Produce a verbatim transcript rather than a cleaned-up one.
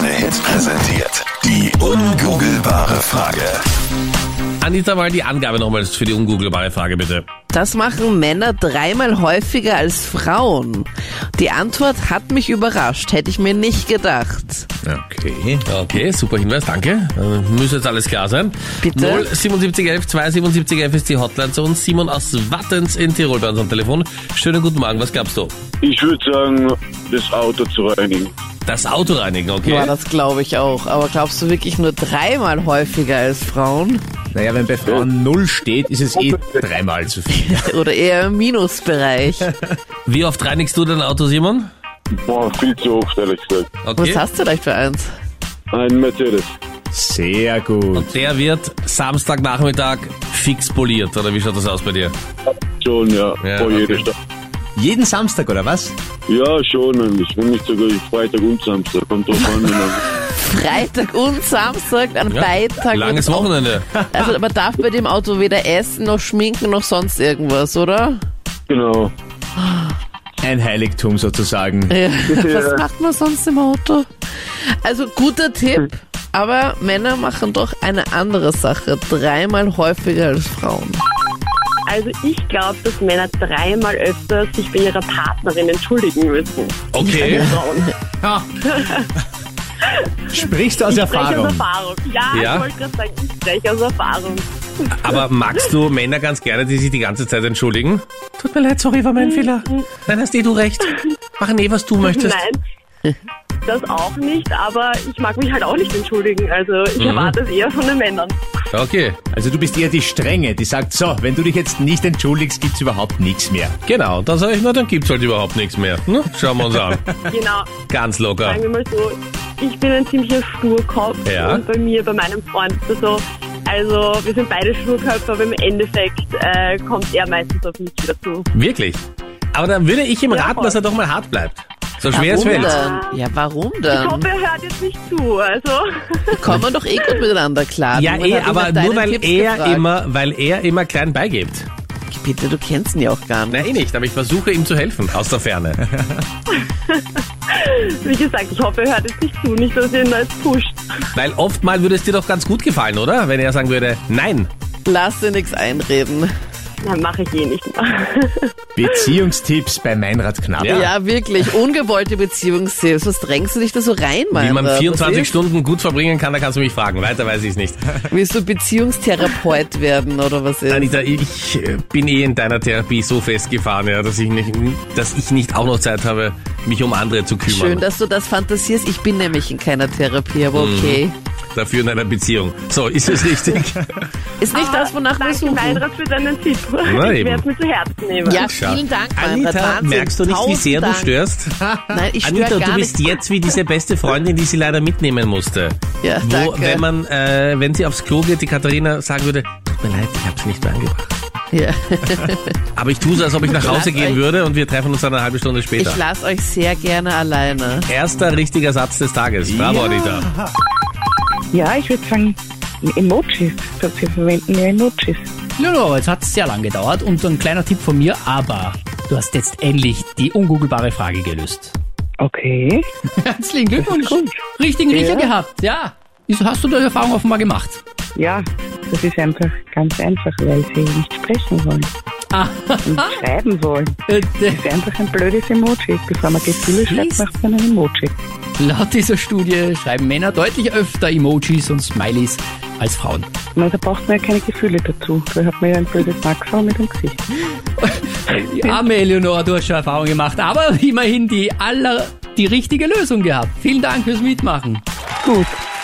Hit präsentiert. Die ungoogelbare Frage. Anita, mal die Angabe nochmals für die ungoogelbare Frage, bitte. Das machen Männer dreimal häufiger als Frauen. Die Antwort hat mich überrascht, hätte ich mir nicht gedacht. Okay, okay, super Hinweis, danke. Äh, Müsste jetzt alles klar sein. Bitte? null siebenundsiebzig elf zwei siebenundsiebzig elf ist die Hotline zu uns. Simon aus Wattens in Tirol bei uns am Telefon. Schönen guten Morgen, was glaubst du? Ich würde sagen, das Auto zu reinigen. Das Auto reinigen, okay. Ja, das glaube ich auch. Aber glaubst du wirklich nur dreimal häufiger als Frauen? Naja, wenn bei Frauen null steht, ist es eh dreimal zu viel. Oder eher im Minusbereich? Wie oft reinigst du dein Auto, Simon? Boah, viel zu oft, ehrlich gesagt. Okay. Was hast du vielleicht für eins? Ein Mercedes. Sehr gut. Und der wird Samstagnachmittag fix poliert, oder wie schaut das aus bei dir? Schon, ja. Ja, Vor okay. jeder Stadt. Jeden Samstag, oder was? Ja, schon eigentlich. Wenn nicht sogar Freitag und Samstag. Kommt drauf an. Genau. Freitag und Samstag, an Ja, beiden Tagen. langes wird's auch- Wochenende. Also man darf bei dem Auto weder essen, noch schminken, noch sonst irgendwas, oder? Genau. Ein Heiligtum sozusagen. Ja. Was macht man sonst im Auto? Also guter Tipp, aber Männer machen doch eine andere Sache. Dreimal häufiger als Frauen. Also ich glaube, dass Männer dreimal öfter sich bei ihrer Partnerin entschuldigen müssen. Okay. Frauen. Ja. Sprichst du aus Ich spreche aus Erfahrung? Erfahrung. Ja, Ja? ich wollte gerade sagen, ich spreche aus Erfahrung. Aber magst du Männer ganz gerne, die sich die ganze Zeit entschuldigen? Tut mir leid, sorry, war mein Fehler. Nein, hast eh du recht. Mach eh, was du möchtest. Nein, das auch nicht, aber ich mag mich halt auch nicht entschuldigen. Also ich Mhm. erwarte es eher von den Männern. Okay, Also du bist eher die Strenge, die sagt, so, wenn du dich jetzt nicht entschuldigst, gibt's überhaupt nichts mehr. genau. Dann sage ich, na, dann gibt's halt überhaupt nichts mehr. Ne? Schauen wir uns an. Genau, Ganz locker. sagen wir mal so, ich bin ein ziemlicher Sturkopf Ja. und bei mir, bei meinem Freund ist das so, also wir sind beide Sturköpfe, aber im Endeffekt äh, kommt er meistens auf mich wieder zu. Wirklich. Aber dann würde ich ihm Ja, raten, voll. dass er doch mal hart bleibt. So schwer es Warum fällt. denn? Ja, warum Ich denn? hoffe, er hört jetzt nicht zu, also... Kommen wir doch eh gut miteinander klar. Ja, Niemand eh, hat ihn aber nach deinen nur weil Tipps er gefragt. immer, weil er immer klein beigibt. Bitte, du kennst ihn ja auch gar nicht. Nein, eh nicht, aber ich versuche ihm zu helfen, aus der Ferne. Wie gesagt, ich hoffe, er hört jetzt nicht zu, nicht, dass er ihn da jetzt pusht. Weil oft mal würde es dir doch ganz gut gefallen, oder? Wenn er sagen würde, nein. Lass dir nichts einreden. Nein, mache ich eh nicht mehr. Beziehungstipps bei Meinrad Knapp. Ja. Ja, wirklich. Ungewollte Beziehungstipps. Was drängst du dich da so rein, Wie Meinrad? man Was vierundzwanzig ist? Stunden gut verbringen kann, da kannst du mich fragen. Weiter weiß ich es nicht. Willst du Beziehungstherapeut werden oder was ist? Anita, ich äh, bin eh in deiner Therapie so festgefahren, ja, dass ich nicht, dass ich nicht auch noch Zeit habe, mich um andere zu kümmern. Schön, dass du das fantasierst. Ich bin nämlich in keiner Therapie, aber Mhm. okay. Dafür in einer Beziehung. So, ist es richtig? Ist nicht das, wonach wir Danke, suchen. Meinrad, für deinen Tipp. Na, ich eben. werde es mir zu Herzen nehmen. Ja, Schau. vielen Dank, Meinrad. Anita, Wahnsinn. merkst du nicht, wie Tausend sehr Dank. du störst? Nein, ich störe Anita, gar du bist nicht. jetzt wie diese beste Freundin, die sie leider mitnehmen musste. Ja, Wo, danke. wenn man, äh, wenn sie aufs Klo geht, die Katharina sagen würde, tut mir leid, ich hab's nicht angebracht. Ja. Aber ich tue so, als ob ich nach Hause Lass gehen euch- würde und wir treffen uns dann eine halbe Stunde später. Ich lasse euch sehr gerne alleine. Erster richtiger Satz des Tages. Bravo, Anita. Ja, ich würde sagen, Emojis. Ich glaube, wir verwenden ja Emojis. Ja, ja, jetzt hat es sehr lang gedauert und ein kleiner Tipp von mir, aber du hast jetzt endlich die ungoogelbare Frage gelöst. Okay. Herzlichen Glückwunsch. Gut. Richtigen Riecher Ja. gehabt, ja. Ist- Hast du die Erfahrung offenbar gemacht? Ja, das ist einfach ganz einfach, weil sie nicht sprechen wollen Ah, und schreiben wollen. äh, Das ist einfach ein blödes Emoji. Bevor man Gefühle schreibt, Siehst- macht man ein Emoji. laut dieser Studie schreiben Männer deutlich öfter Emojis und Smileys als Frauen. Na, da braucht man ja keine Gefühle dazu. Da hat man ja ein blödes Maxau mit dem Gesicht. Die arme Eleonora, du hast schon Erfahrung gemacht, aber immerhin die aller, die richtige Lösung gehabt. Vielen Dank fürs Mitmachen. Gut.